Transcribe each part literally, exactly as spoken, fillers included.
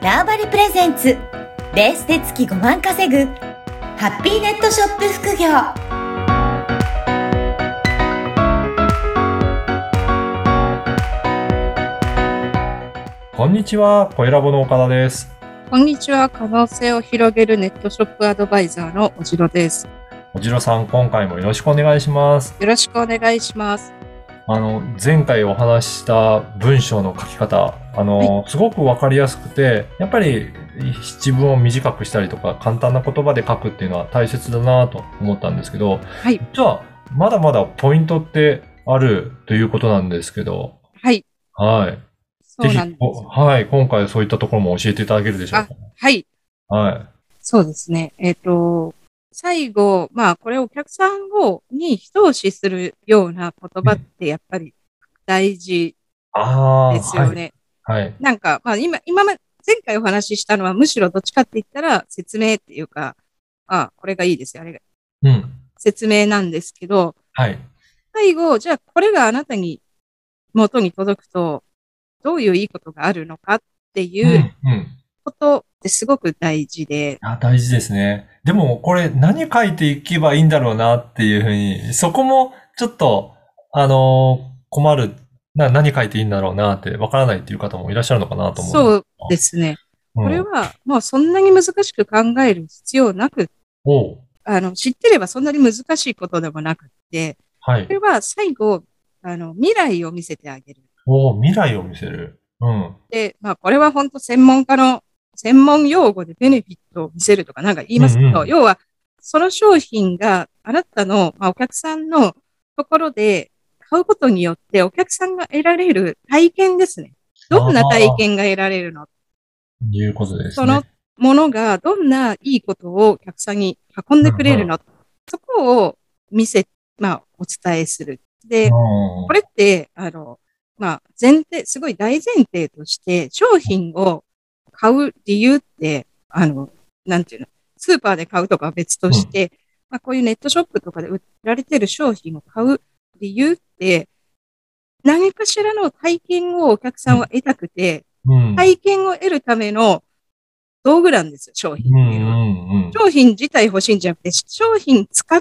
ターバリプレゼンツベースで月ごまん稼ぐハッピーネットショップ副業。 こんにちは、小ラボの岡田です。 こんにちは、可能性を広げるネットショップアドバイザーのおじろです。 おじろさん、今回もよろしくお願いします。 よろしくお願いします。 あの前回お話しした文章の書き方、あの、はい、すごくわかりやすくて、やっぱり自分を短くしたりとか簡単な言葉で書くっていうのは大切だなと思ったんですけど、 はい、 じゃあまだまだポイントってあるということなんですけど、 はい、 はい、 そうなんです。 はい、今回そういったところも教えていただけるでしょうか。 はい、 はい、 そうですね。えっと最後、まあこれお客さんをに一押しするような言葉ってやっぱり大事ですよね。 はい。はい、 なんかまあ今今ま前回お話ししたのはむしろどっちかって言ったら説明っていうか、あこれがいいですよあれが、 うん、説明なんですけど、 はい。 最後じゃあこれがあなたに元に届くとどういういいことがあるのかっていうことってすごく大事で。 うんうん、あ、大事ですね。でもこれ何書いていけばいいんだろうなっていうふうに、そこもちょっと、あのー、困る。な、何書いていいんだろうなってわからないっていう方もいらっしゃるのかなと思う。 そうですね。うん、これはもうそんなに難しく考える必要なく、 おあの、知ってればそんなに難しいことでもなくて、 はい、 これは最後、あの、未来を見せてあげる。 お未来を見せる。うん。 で、まあこれは本当専門家の専門用語でベネフィットを見せるとかなんか言いますけど、うんうん、要はその商品があなたの、まあ、お客さんのところで買うことによってお客さんが得られる体験ですね。どんな体験が得られるのいうことですね。 そのものがどんないいことをお客さんに運んでくれるの、うんうん、そこを見せ、まあお伝えする。で、これって、あの、まあ前提、すごい大前提として商品を買う理由って、あの、なんていうの、スーパーで買うとかは別として、うん、まあこういうネットショップとかで売られている商品を買う理由って、何かしらの体験をお客さんは得たくて、うん、体験を得るための道具なんですよ、商品っていうのは。うんうんうん、商品自体欲しいんじゃなくて、商品使って、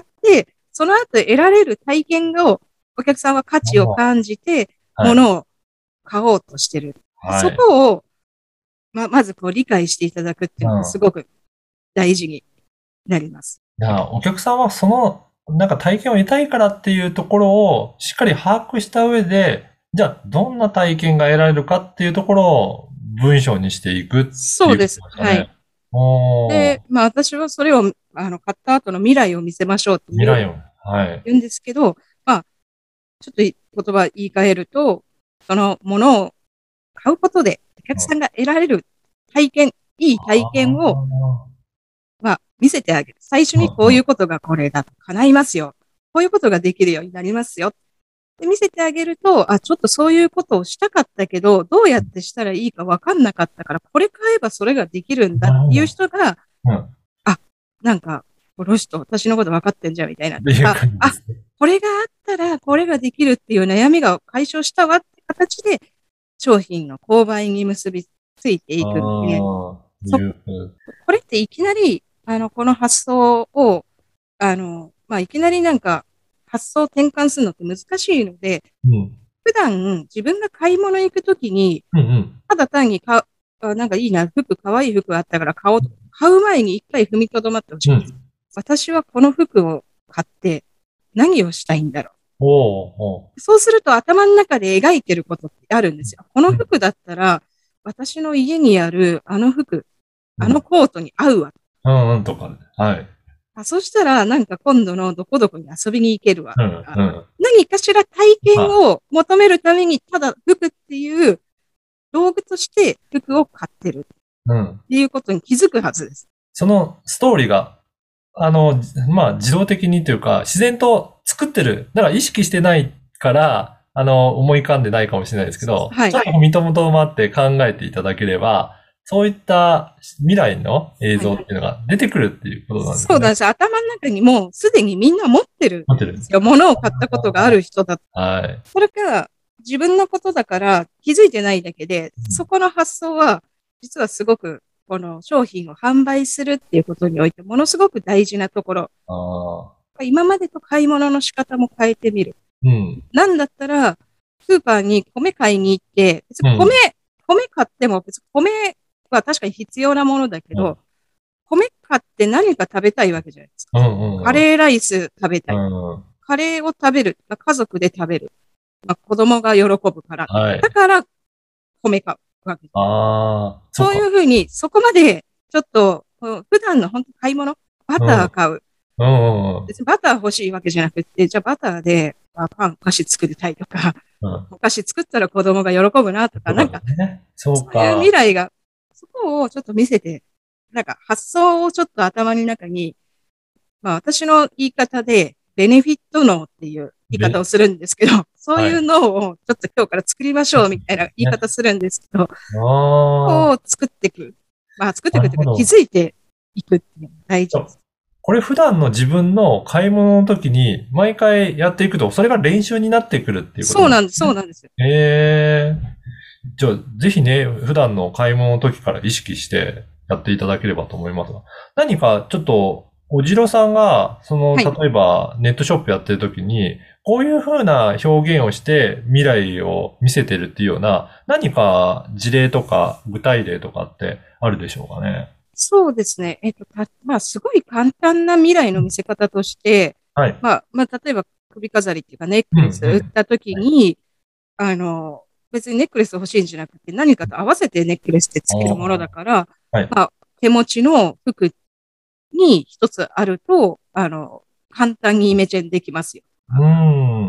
その後得られる体験をお客さんは価値を感じて、物を買おうとしてる。はい、そこを、ま、まずこう理解していただくっていうのがすごく大事になります。 いや、お客さんはその、なんか体験を得たいからっていうところをしっかり把握した上で、じゃあどんな体験が得られるかっていうところを文章にしていくっていうことですかね。 そうです。はい。で、まあ私はそれを、あの、買った後の未来を見せましょうっていう。 未来を。はい。 言うんですけど、まあ、ちょっと言葉言い換えると、そのものを買うことでお客さんが得られる体験、いい体験を、まあ、見せてあげる。最初にこういうことがこれだと叶いますよ。こういうことができるようになりますよ。で見せてあげると、あ、ちょっとそういうことをしたかったけど、どうやってしたらいいか分かんなかったから、これ買えばそれができるんだっていう人が、うん、あ、なんか、この人、私のこと分かってんじゃんみたいな。あ、あ、これがあったら、これができるっていう悩みが解消したわって形で、商品の購買に結びついていくんで、そこれっていきなり、あの、この発想を、あの、まあ、いきなりなんか、発想転換するのって難しいので、うん、普段自分が買い物行くときに、うんうん、ただ単に買う、なんかいいな、服、可愛い服あったから買おうと。買う前に一回踏みとどまってほしいです、うん。私はこの服を買って何をしたいんだろう。 おうおうそうすると頭の中で描いてることってあるんですよ。この服だったら、私の家にあるあの服、あのコートに合うわ。 うんうんとか、はい。 あ、そしたら、なんか今度のどこどこに遊びに行けるわ、 うんうん。 何かしら体験を求めるために、ただ服っていう道具として服を買ってる。うん。っていうことに気づくはずです。 そのストーリーが、あの、まあ、自動的にというか、自然と作ってる。だから意識してないから、あの、思い浮かんでないかもしれないですけど、はい。ちょっと踏みともとまって考えていただければ、そういった未来の映像っていうのが出てくるっていうことなんですね。 そうなんです。頭の中にもうすでにみんな持ってるんですよ。物を買ったことがある人だと。 はい。 それが自分のことだから気づいてないだけで、うん、そこの発想は実はすごく、この商品を販売するっていうことにおいて、ものすごく大事なところ。 あ今までと買い物の仕方も変えてみる。 うん。 なんだったら、スーパーに米買いに行って、別に米、うん、米買っても、別に米は確かに必要なものだけど、うん、米買って何か食べたいわけじゃないですか。うんうんうん、カレーライス食べたい。うん、カレーを食べる。家族で食べる。まあ、子供が喜ぶから。はい、だから、米買うわけです。あそういうふうに、そこまで、ちょっと、普段の本当買い物、バター買う。うんうん、別にバター欲しいわけじゃなくて、じゃあバターで、パン、お菓子作りたいとか、うん、お菓子作ったら子供が喜ぶなとか、なんか、そうか。そういう未来が、そこをちょっと見せて、なんか発想をちょっと頭の中に、まあ私の言い方で、ベネフィット脳っていう言い方をするんですけど、そういう脳をちょっと今日から作りましょうみたいな言い方するんですけど、を、ね、作っていく。まあ作っていくというか気づいていくっていうのが大事です。 これ普段の自分の買い物の時に毎回やっていくと、それが練習になってくるっていうことですね。 そうなんです、そうなんですよ。 へえ。じゃあ、ぜひね、普段の買い物の時から意識してやっていただければと思いますが。何かちょっと、おじろさんが、その、例えばネットショップやってる時に、こういう風な表現をして未来を見せてるっていうような、何か事例とか具体例とかってあるでしょうかね。 そうですね。えっと、た、まあ、すごい簡単な未来の見せ方として、はい。まあ、まあ、例えば首飾りっていうかネックレス売った時に、うんうん、あの、別にネックレス欲しいんじゃなくて、何かと合わせてネックレスってつけるものだから、はい、まあ、手持ちの服に一つあると、あの、簡単にイメチェンできますよ。うん。うん。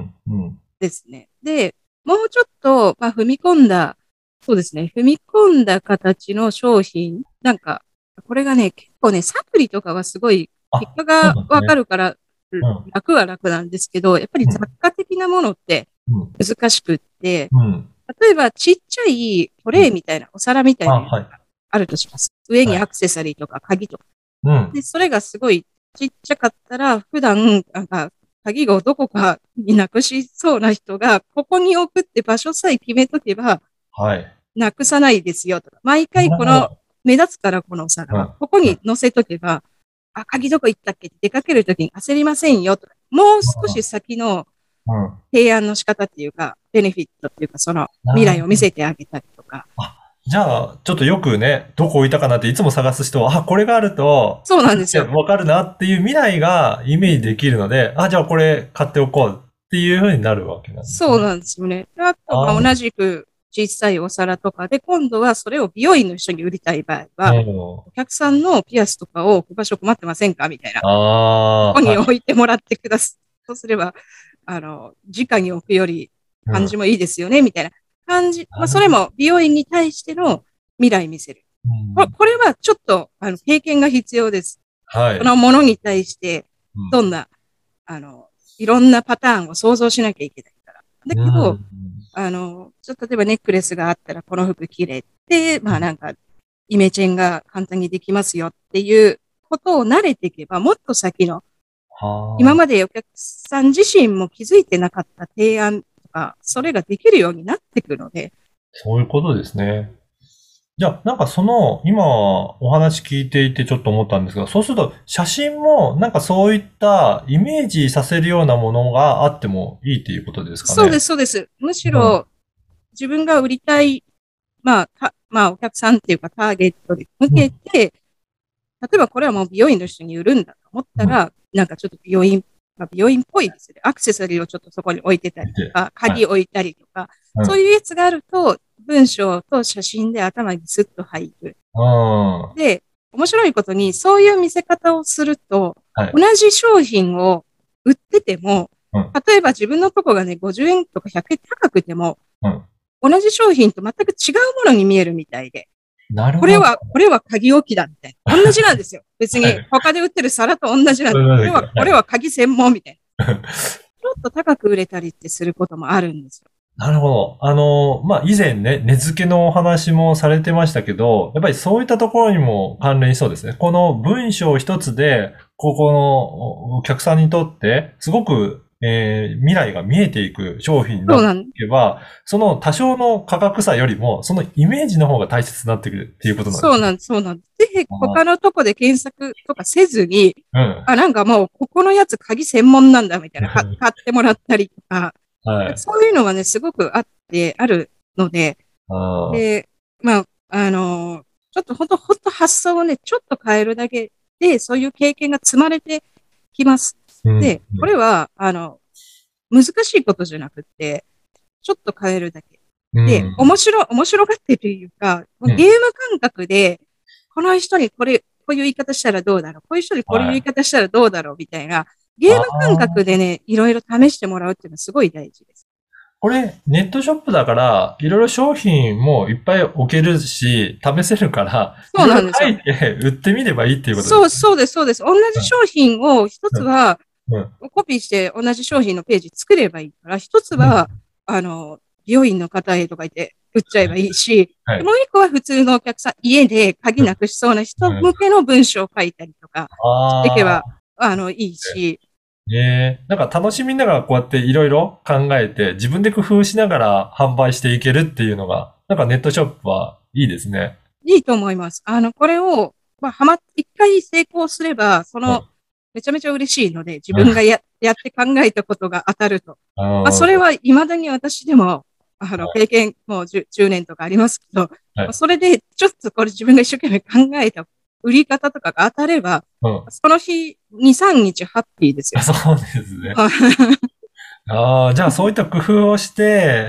ですね。で、もうちょっと、まあ、踏み込んだ、そうですね。踏み込んだ形の商品、なんか、これがね、結構ね、サプリとかはすごい、結果がわかるから、楽は楽なんですけど、やっぱり雑貨的なものって難しくって、うんうん、例えばちっちゃいトレイみたいな、お皿みたいなのがあるとします。上にアクセサリーとか鍵とか。はい、で、それがすごいちっちゃかったら、普段、なんか、鍵をどこかになくしそうな人が、ここに置くって場所さえ決めとけば、はい。なくさないですよとか。毎回この、目立つからこのお皿は、ここに乗せとけば、あ、鍵どこ行ったっけって出かけるときに焦りませんよとか。もう少し先の提案の仕方っていうか、ベネフィットっていうか、その未来を見せてあげたりとか。 じゃあ、ちょっとよくね、どこ置いたかなっていつも探す人は、あ、これがあると、 そうなんですよ。 わかるなっていう未来がイメージできるので、あ、じゃあこれ買っておこうっていう風になるわけなんですね。 そうなんですよね。あと、まあ、同じく小さいお皿とかで、今度はそれを美容院の人に売りたい場合は、お客さんのピアスとかを置く場所困ってませんかみたいな。ここに置いてもらってください。そうすれば、あの、直に置くより感じもいいですよね、みたいな。感じ、まあ、それも美容院に対しての未来見せる。うん、これはちょっと、あの、経験が必要です。はい。このものに対して、どんな、うん、あの、いろんなパターンを想像しなきゃいけないから。だけど、うん、あの、ちょっと例えばネックレスがあったら、この服着れて、まあなんか、イメチェンが簡単にできますよっていうことを慣れていけば、もっと先の、今までお客さん自身も気づいてなかった提案それができるようになってくるので。 そういうことですね。じゃあ、なんかその、今お話聞いていてちょっと思ったんですが、そうすると写真もなんかそういったイメージさせるようなものがあってもいいっていうことですかね。 そうです、そうです。むしろ、自分が売りたい、まあ、たまあ、お客さんっていうかターゲットで向けて、うん、例えばこれはもう美容院の人に売るんだと思ったら、うん、なんかちょっと美容院まあ、美容院っぽいですね。アクセサリーをちょっとそこに置いてたりとか、鍵置いたりとか、はい、そういうやつがあると、文章と写真で頭にスッと入る。で、面白いことに、そういう見せ方をすると、はい、同じ商品を売ってても、うん、例えば自分のとこがね、ごじゅうえんとかひゃくえん高くても、うん、同じ商品と全く違うものに見えるみたいで。なるほど。これは、これは鍵置きだみたいな。同じなんですよ。別に他で売ってる皿と同じなんです。これは、これは鍵専門みたいな。ちょっと高く売れたりってすることもあるんですよ。 なるほど。あの、まあ、以前ね、値付けのお話もされてましたけど、やっぱりそういったところにも関連しそうですね。この文章一つで、ここのお客さんにとって、すごくえー、未来が見えていく商品になっていけば、その多少の価格差よりも、そのイメージの方が大切になってくるっていうことなんですね。 そうなんです、そうなんです。で、他のとこで検索とかせずに、うん、あ、なんかもう、ここのやつ鍵専門なんだみたいな、買ってもらったりとか、はい、そういうのがね、すごくあって、あるので、で、まあ、あの、ちょっとほんと、ほんと発想をね、ちょっと変えるだけで、そういう経験が積まれてきます。うん、で、これは、あの、難しいことじゃなくて、ちょっと変えるだけ。で、うん、面白、面白がってというか、ゲーム感覚で、この人にこれ、こういう言い方したらどうだろう、こういう人にこういう言い方したらどうだろう、みたいな、ゲーム感覚でね、いろいろ試してもらうっていうのはすごい大事です。 これ、ネットショップだから、いろいろ商品もいっぱい置けるし、試せるから、 そうなんですよ。 書いて売ってみればいいっていうことです。 そう、そうです、そうです。同じ商品を一つは、うん、コピーして同じ商品のページ作ればいいから、一つは、うん、あの、美容院の方へとか言って売っちゃえばいいし、はい、もう一個は普通のお客さん、家で鍵なくしそうな人向けの文章を書いたりとかしていけば、あの、いいし、 ええー、なんか楽しみながらこうやっていろいろ考えて自分で工夫しながら販売していけるっていうのが、なんかネットショップはいいですね。 いいと思います。あの、これを、まあ、はま、一回成功すれば、その、うん、めちゃめちゃ嬉しいので、自分がや、やって考えたことが当たると。まあ、それは未だに私でも、あの、経験もう 10, じゅうねんとかありますけど、はい、まあ、それでちょっとこれ自分が一生懸命考えた売り方とかが当たれば、うん、その日、に、さんにちハッピーですよ。 そうですね。ああ、じゃあそういった工夫をして、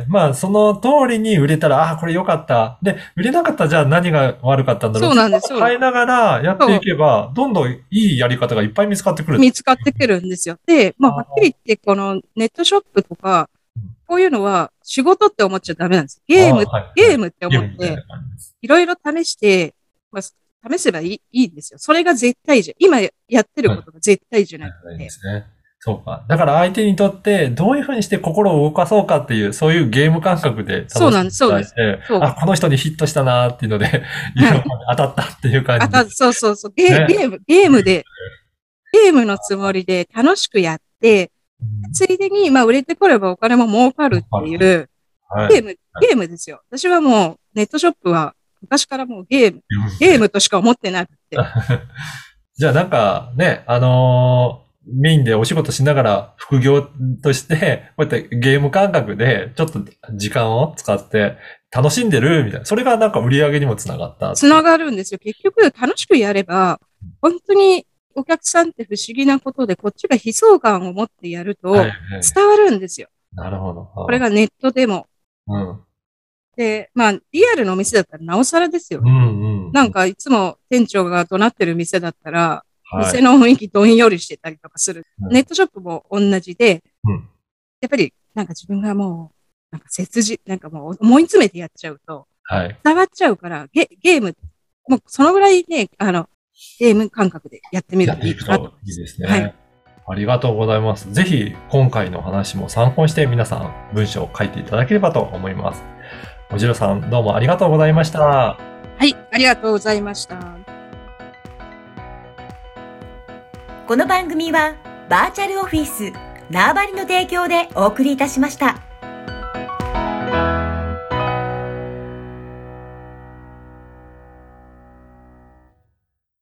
まあその通りに売れたら、ああ、これ良かった。で、売れなかったらじゃあ何が悪かったんだろう。 そうなんです。 変えながらやっていけば、どんどんいいやり方がいっぱい見つかってくる。 見つかってくるんですよ。で、まあはっきり言って、このネットショップとか、こういうのは仕事って思っちゃダメなんです。ゲーム、はいはい、ゲームって思って、いろいろ試して、まあ、試せばいい、いいんですよ。それが絶対じゃ、今やってることが絶対じゃなくて。 はい、ですね。そうか。だから相手にとってどういうふうにして心を動かそうかっていう、そういうゲーム感覚で楽しんでいただいて、そうなんです、そうです。あ、この人にヒットしたなーっていうので、当たったっていう感じで。 当たそうそうそう。ゲー、ね、ゲーム、ゲームで、ゲームのつもりで楽しくやって、ついでに、まあ、売れてくればお金も儲かるっていう、はい、ゲーム、ゲームですよ。私はもう、ネットショップは、昔からもうゲーム、ゲームとしか思ってなくて。 じゃあなんかね、あのー、メインでお仕事しながら副業として、こうやってゲーム感覚で、ちょっと時間を使って楽しんでるみたいな。それがなんか売り上げにもつながった。 つながるんですよ。結局、楽しくやれば、本当にお客さんって不思議なことで、こっちが悲壮感を持ってやると、伝わるんですよ。 はいはい、なるほど。 これがネットでも。うん。で、まあ、リアルのお店だったらなおさらですよ。うんうん、なんか、いつも店長が怒鳴ってる店だったら、はい、店の雰囲気どんよりしてたりとかする。うん、ネットショップも同じで、うん、やっぱり、なんか自分がもう、なんか切実、なんかもう思い詰めてやっちゃうと、はい、伝わっちゃうから、ゲ、ゲーム、もうそのぐらいね、あの、ゲーム感覚でやってみるといいかなと。 いいですね。はい。ありがとうございます。ぜひ、今回の話も参考にして皆さん、文章を書いていただければと思います。おじろさん、どうもありがとうございました。 はい、ありがとうございました。 この番組は、バーチャルオフィス、縄張りの提供でお送りいたしました。